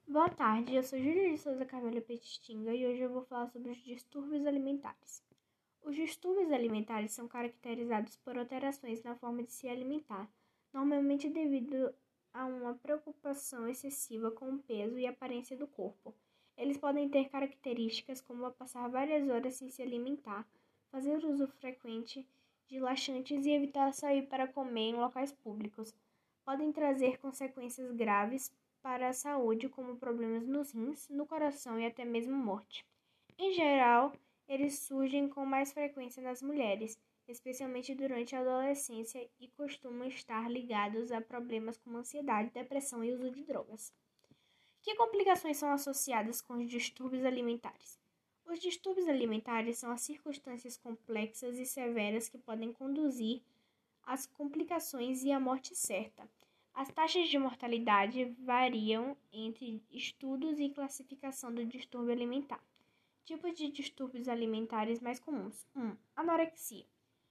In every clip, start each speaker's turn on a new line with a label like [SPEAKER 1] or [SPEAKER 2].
[SPEAKER 1] Boa tarde, eu sou Júlia de Souza Carvalho Petistinga e hoje eu vou falar sobre os distúrbios alimentares. Os distúrbios alimentares são caracterizados por alterações na forma de se alimentar, normalmente devido a uma preocupação excessiva com o peso e a aparência do corpo. Eles podem ter características como passar várias horas sem se alimentar, fazer uso frequente de laxantes e evitar sair para comer em locais públicos. Podem trazer consequências graves para a saúde, como problemas nos rins, no coração e até mesmo morte. Em geral, eles surgem com mais frequência nas mulheres, especialmente durante a adolescência, e costumam estar ligados a problemas como ansiedade, depressão e uso de drogas. Que complicações são associadas com os distúrbios alimentares? Os distúrbios alimentares são as circunstâncias complexas e severas que podem conduzir às complicações e à morte certa. As taxas de mortalidade variam entre estudos e classificação do distúrbio alimentar. Tipos de distúrbios alimentares mais comuns. 1. Anorexia.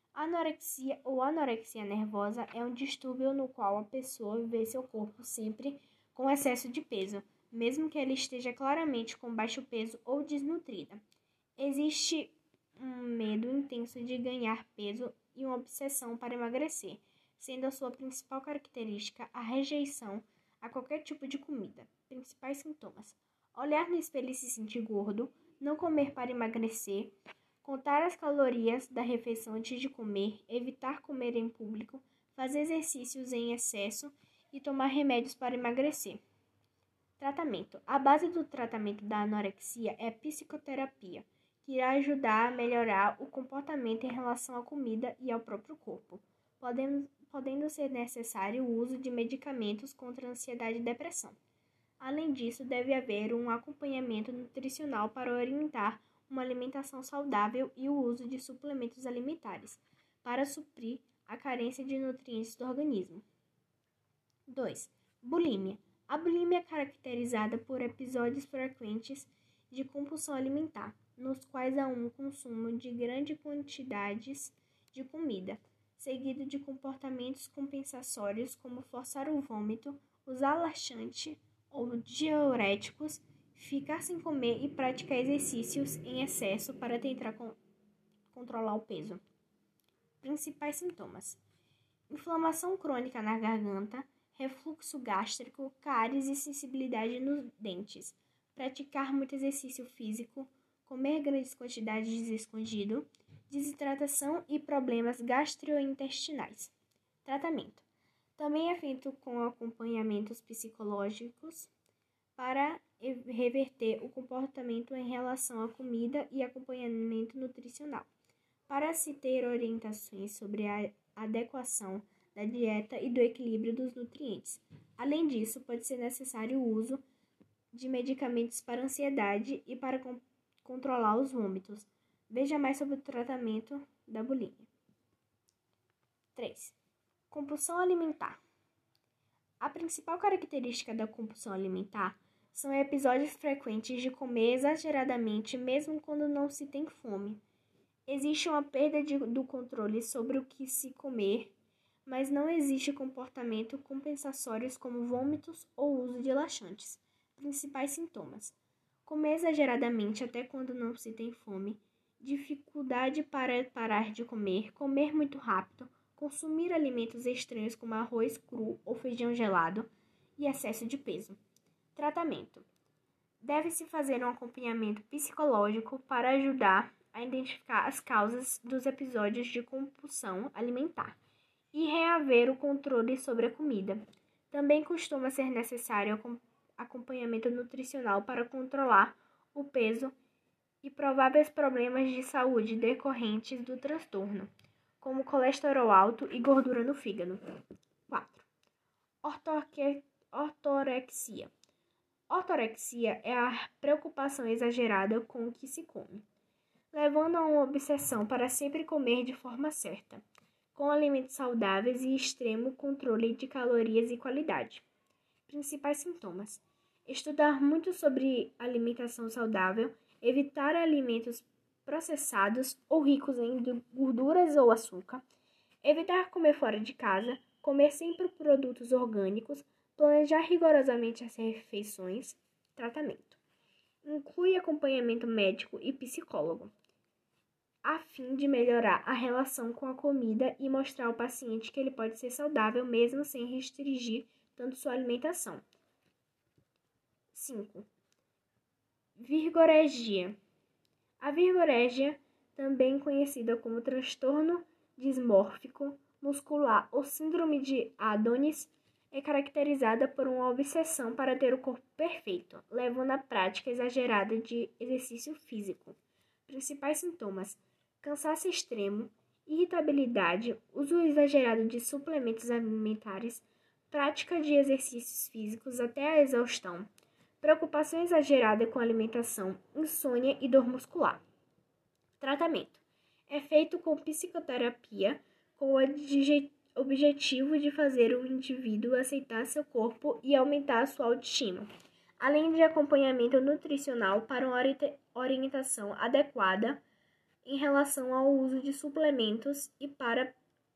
[SPEAKER 1] Anorexia ou anorexia nervosa é um distúrbio no qual a pessoa vê seu corpo sempre com excesso de peso, mesmo que ela esteja claramente com baixo peso ou desnutrida. Existe um medo intenso de ganhar peso e uma obsessão para emagrecer, sendo a sua principal característica a rejeição a qualquer tipo de comida. Principais sintomas: olhar no espelho e se sentir gordo, não comer para emagrecer, contar as calorias da refeição antes de comer, evitar comer em público, fazer exercícios em excesso e tomar remédios para emagrecer. Tratamento: a base do tratamento da anorexia é psicoterapia, que irá ajudar a melhorar o comportamento em relação à comida e ao próprio corpo, podendo ser necessário o uso de medicamentos contra a ansiedade e depressão. Além disso, deve haver um acompanhamento nutricional para orientar uma alimentação saudável e o uso de suplementos alimentares, para suprir a carência de nutrientes do organismo. 2. Bulimia. A bulimia é caracterizada por episódios frequentes de compulsão alimentar, nos quais há um consumo de grandes quantidades de comida, seguido de comportamentos compensatórios como forçar o vômito, usar laxante ou diuréticos, ficar sem comer e praticar exercícios em excesso para tentar controlar o peso. Principais sintomas: inflamação crônica na garganta, refluxo gástrico, cáries e sensibilidade nos dentes, praticar muito exercício físico, comer grandes quantidades escondido, desidratação e problemas gastrointestinais. Tratamento: também é feito com acompanhamentos psicológicos para reverter o comportamento em relação à comida e acompanhamento nutricional, para se ter orientações sobre a adequação da dieta e do equilíbrio dos nutrientes. Além disso, pode ser necessário o uso de medicamentos para ansiedade e para controlar os vômitos. Veja mais sobre o tratamento da bulimia. 3. Compulsão alimentar. A principal característica da compulsão alimentar são episódios frequentes de comer exageradamente mesmo quando não se tem fome. Existe uma perda do controle sobre o que se comer, mas não existe comportamento compensatórios como vômitos ou uso de laxantes. Principais sintomas: comer exageradamente até quando não se tem fome, dificuldade para parar de comer, comer muito rápido, consumir alimentos estranhos como arroz cru ou feijão gelado e excesso de peso. Tratamento: deve-se fazer um acompanhamento psicológico para ajudar a identificar as causas dos episódios de compulsão alimentar e reaver o controle sobre a comida. Também costuma ser necessário acompanhamento nutricional para controlar o peso e prováveis problemas de saúde decorrentes do transtorno, como colesterol alto e gordura no fígado. 4. Ortorexia. Ortorexia é a preocupação exagerada com o que se come, levando a uma obsessão para sempre comer de forma certa, com alimentos saudáveis e extremo controle de calorias e qualidade. Principais sintomas: estudar muito sobre alimentação saudável, evitar alimentos processados ou ricos em gorduras ou açúcar, evitar comer fora de casa, comer sempre produtos orgânicos, planejar rigorosamente as refeições, Tratamento. Inclui acompanhamento médico e psicólogo, a fim de melhorar a relação com a comida e mostrar ao paciente que ele pode ser saudável mesmo sem restringir tanto sua alimentação. 5. Vigorexia. A vigorexia, também conhecida como transtorno dismórfico muscular ou síndrome de Adonis, é caracterizada por uma obsessão para ter o corpo perfeito, levando à prática exagerada de exercício físico. Principais sintomas: cansaço extremo, irritabilidade, uso exagerado de suplementos alimentares, prática de exercícios físicos até a exaustão, preocupação exagerada com a alimentação, insônia e dor muscular. Tratamento: é feito com psicoterapia com o objetivo de fazer o indivíduo aceitar seu corpo e aumentar a sua autoestima, além de acompanhamento nutricional para uma orientação adequada em relação ao uso de suplementos e para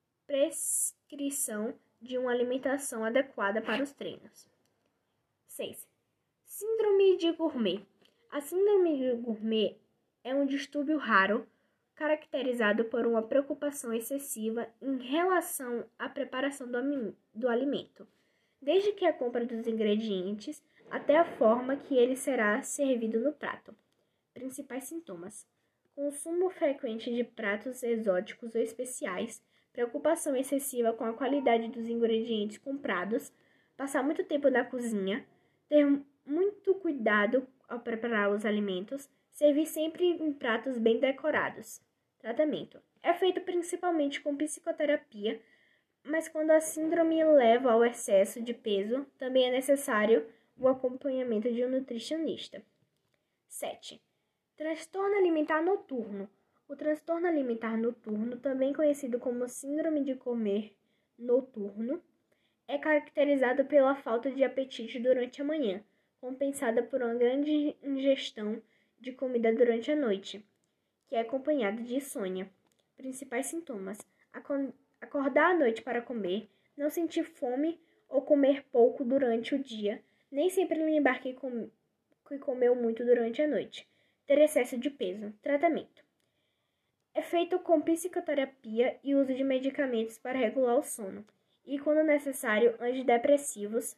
[SPEAKER 1] prescrição de uma alimentação adequada para os treinos. 6. Síndrome de Gourmet. A síndrome de Gourmet é um distúrbio raro caracterizado por uma preocupação excessiva em relação à preparação do alimento, desde que a compra dos ingredientes até a forma que ele será servido no prato. Principais sintomas: consumo frequente de pratos exóticos ou especiais, preocupação excessiva com a qualidade dos ingredientes comprados, passar muito tempo na cozinha, ter muito cuidado ao preparar os alimentos, servir sempre em pratos bem decorados. Tratamento: é feito principalmente com psicoterapia, mas quando a síndrome leva ao excesso de peso, também é necessário o acompanhamento de um nutricionista. 7. Transtorno alimentar noturno. O transtorno alimentar noturno, também conhecido como síndrome de comer noturno, é caracterizado pela falta de apetite durante a manhã, compensada por uma grande ingestão de comida durante a noite, que é acompanhada de insônia. Principais sintomas: acordar à noite para comer, não sentir fome ou comer pouco durante o dia, nem sempre lembrar que comeu muito durante a noite, ter excesso de peso. Tratamento: é feito com psicoterapia e uso de medicamentos para regular o sono, e, quando necessário, antidepressivos.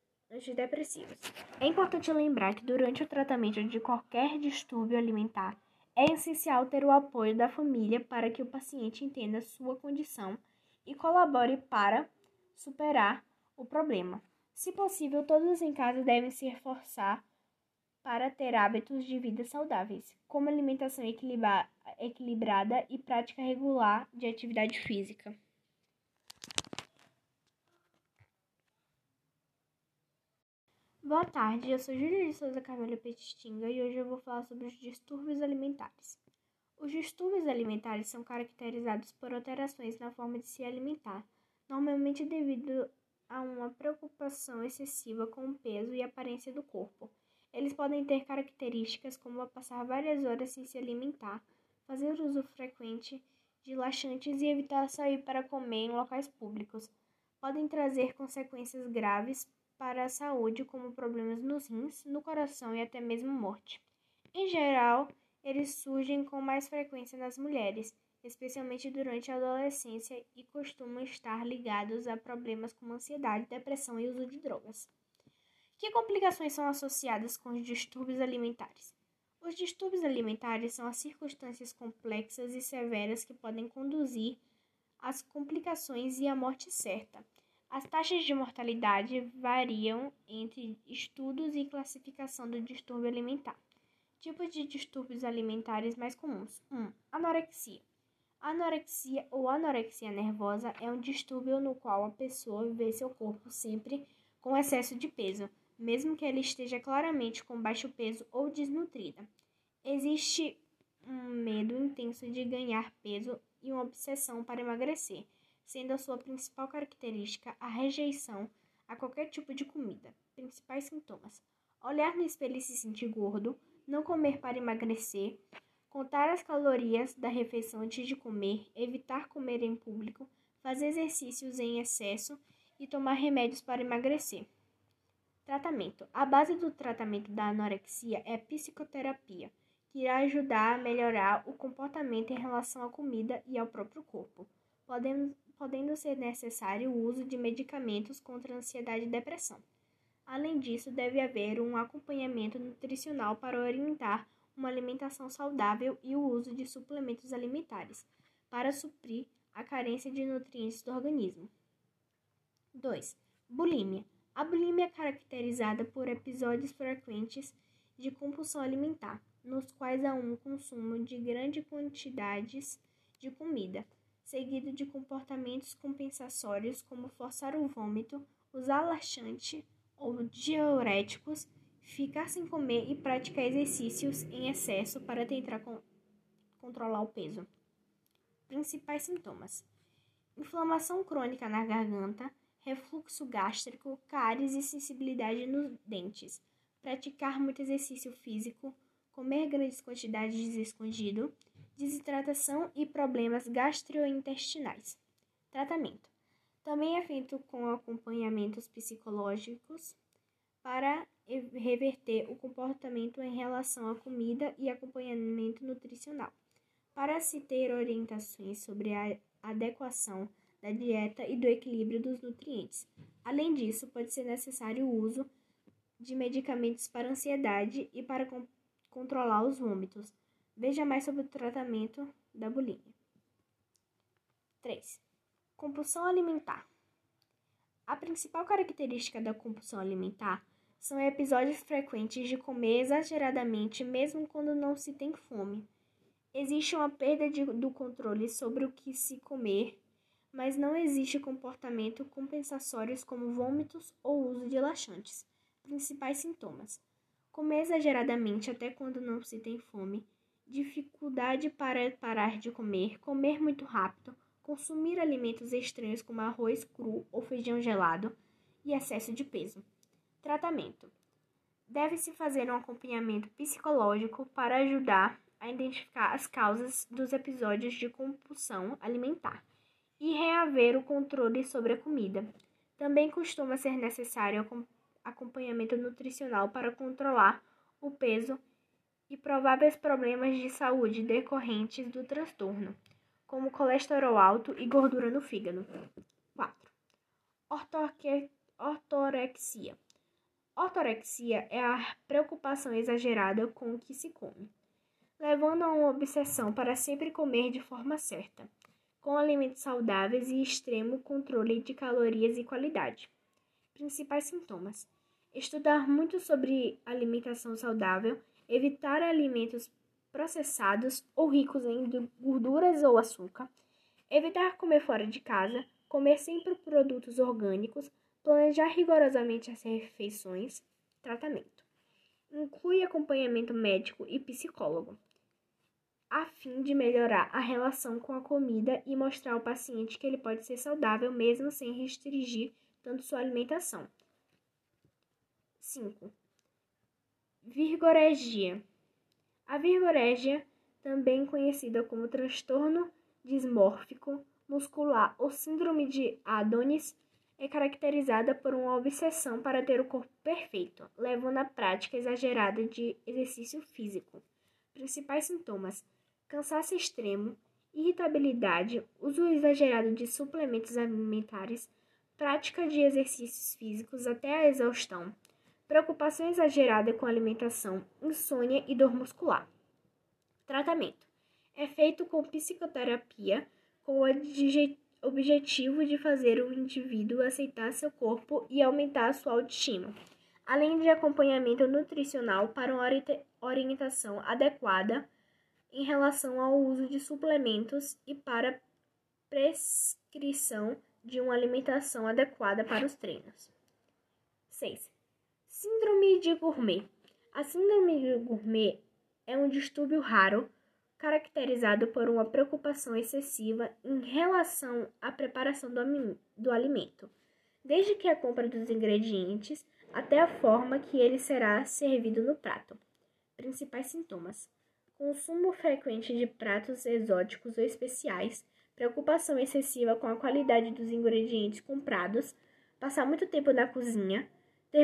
[SPEAKER 1] É importante lembrar que durante o tratamento de qualquer distúrbio alimentar, é essencial ter o apoio da família para que o paciente entenda sua condição e colabore para superar o problema. Se possível, todos em casa devem se esforçar para ter hábitos de vida saudáveis, como alimentação equilibrada e prática regular de atividade física. Boa tarde, eu sou Júlia de Souza Carvalho Petistinga e hoje eu vou falar sobre os distúrbios alimentares. Os distúrbios alimentares são caracterizados por alterações na forma de se alimentar, normalmente devido a uma preocupação excessiva com o peso e a aparência do corpo. Eles podem ter características como passar várias horas sem se alimentar, fazer uso frequente de laxantes e evitar sair para comer em locais públicos. Podem trazer consequências graves para a saúde, como problemas nos rins, no coração e até mesmo morte. Em geral, eles surgem com mais frequência nas mulheres, especialmente durante a adolescência, e costumam estar ligados a problemas como ansiedade, depressão e uso de drogas. Que complicações são associadas com os distúrbios alimentares? Os distúrbios alimentares são as circunstâncias complexas e severas que podem conduzir às complicações e à morte certa. As taxas de mortalidade variam entre estudos e classificação do distúrbio alimentar. Tipos de distúrbios alimentares mais comuns. 1. Anorexia. A anorexia ou anorexia nervosa é um distúrbio no qual a pessoa vê seu corpo sempre com excesso de peso, mesmo que ela esteja claramente com baixo peso ou desnutrida. Existe um medo intenso de ganhar peso e uma obsessão para emagrecer, sendo a sua principal característica a rejeição a qualquer tipo de comida. Principais sintomas: olhar no espelho e se sentir gordo, não comer para emagrecer, contar as calorias da refeição antes de comer, evitar comer em público, fazer exercícios em excesso e tomar remédios para emagrecer. Tratamento. A base do tratamento da anorexia é psicoterapia, que irá ajudar a melhorar o comportamento em relação à comida e ao próprio corpo, podendo ser necessário o uso de medicamentos contra a ansiedade e depressão. Além disso, deve haver um acompanhamento nutricional para orientar uma alimentação saudável e o uso de suplementos alimentares, para suprir a carência de nutrientes do organismo. 2. Bulimia. A bulimia é caracterizada por episódios frequentes de compulsão alimentar, nos quais há um consumo de grandes quantidades de comida, seguido de comportamentos compensatórios como forçar o vômito, usar laxante ou diuréticos, ficar sem comer e praticar exercícios em excesso para tentar controlar o peso. Principais sintomas: inflamação crônica na garganta, refluxo gástrico, cáries e sensibilidade nos dentes, praticar muito exercício físico, comer grandes quantidades de escondido, desidratação e problemas gastrointestinais. Tratamento. Também é feito com acompanhamentos psicológicos para reverter o comportamento em relação à comida e acompanhamento nutricional, para se ter orientações sobre a adequação da dieta e do equilíbrio dos nutrientes. Além disso, pode ser necessário o uso de medicamentos para ansiedade e para controlar os vômitos. Veja mais sobre o tratamento da bulimia. 3. Compulsão alimentar. A principal característica da compulsão alimentar são episódios frequentes de comer exageradamente mesmo quando não se tem fome. Existe uma perda do controle sobre o que se comer, mas não existe comportamento compensatórios como vômitos ou uso de laxantes. Principais sintomas: comer exageradamente até quando não se tem fome, dificuldade para parar de comer, comer muito rápido, consumir alimentos estranhos como arroz cru ou feijão gelado e excesso de peso. Tratamento. Deve-se fazer um acompanhamento psicológico para ajudar a identificar as causas dos episódios de compulsão alimentar e reaver o controle sobre a comida. Também costuma ser necessário acompanhamento nutricional para controlar o peso e prováveis problemas de saúde decorrentes do transtorno, como colesterol alto e gordura no fígado. 4. Ortorexia. Ortorexia é a preocupação exagerada com o que se come, levando a uma obsessão para sempre comer de forma certa, com alimentos saudáveis e extremo controle de calorias e qualidade. Principais sintomas: estudar muito sobre alimentação saudável, evitar alimentos processados ou ricos em gorduras ou açúcar, evitar comer fora de casa, comer sempre produtos orgânicos, planejar rigorosamente as refeições. Tratamento. Inclui acompanhamento médico e psicólogo, a fim de melhorar a relação com a comida e mostrar ao paciente que ele pode ser saudável mesmo sem restringir tanto sua alimentação. 5. Vigorexia. A vigorexia, também conhecida como transtorno dismórfico muscular ou síndrome de Adonis, é caracterizada por uma obsessão para ter o corpo perfeito, levando à prática exagerada de exercício físico. Principais sintomas: cansaço extremo, irritabilidade, uso exagerado de suplementos alimentares, prática de exercícios físicos até a exaustão, preocupação exagerada com a alimentação, insônia e dor muscular. Tratamento. É feito com psicoterapia, com o objetivo de fazer o indivíduo aceitar seu corpo e aumentar a sua autoestima, além de acompanhamento nutricional para uma orientação adequada em relação ao uso de suplementos e para prescrição de uma alimentação adequada para os treinos. 6. Síndrome de gourmet. A síndrome de gourmet é um distúrbio raro, caracterizado por uma preocupação excessiva em relação à preparação do alimento, desde que a compra dos ingredientes até a forma que ele será servido no prato. Principais sintomas: consumo frequente de pratos exóticos ou especiais, preocupação excessiva com a qualidade dos ingredientes comprados, passar muito tempo na cozinha, ter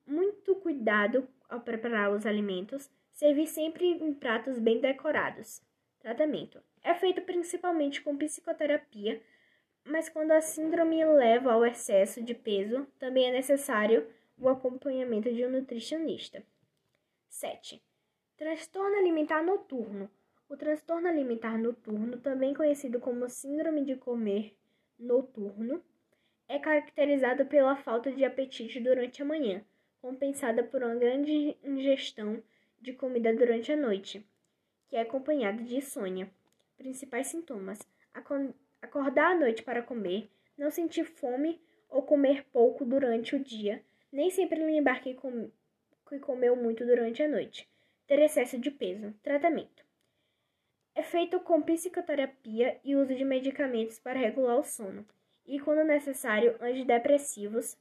[SPEAKER 1] muito cuidado ao preparar os alimentos, servir sempre em pratos bem decorados. Tratamento. É feito principalmente com psicoterapia, mas quando a síndrome leva ao excesso de peso, também é necessário o acompanhamento de um nutricionista. 7. Transtorno alimentar noturno. O transtorno alimentar noturno, também conhecido como síndrome de comer noturno, é caracterizado pela falta de apetite durante a manhã, compensada por uma grande ingestão de comida durante a noite, que é acompanhada de insônia. Principais sintomas: acordar à noite para comer, não sentir fome ou comer pouco durante o dia, nem sempre lembrar que comeu muito durante a noite, ter excesso de peso. Tratamento. É feito com psicoterapia e uso de medicamentos para regular o sono, e, quando necessário, antidepressivos.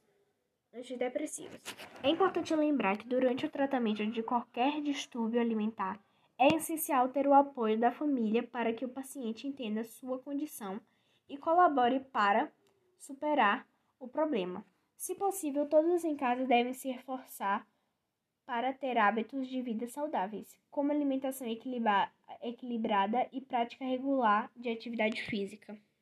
[SPEAKER 1] É importante lembrar que durante o tratamento de qualquer distúrbio alimentar, é essencial ter o apoio da família para que o paciente entenda sua condição e colabore para superar o problema. Se possível, todos em casa devem se esforçar para ter hábitos de vida saudáveis, como alimentação equilibrada e prática regular de atividade física.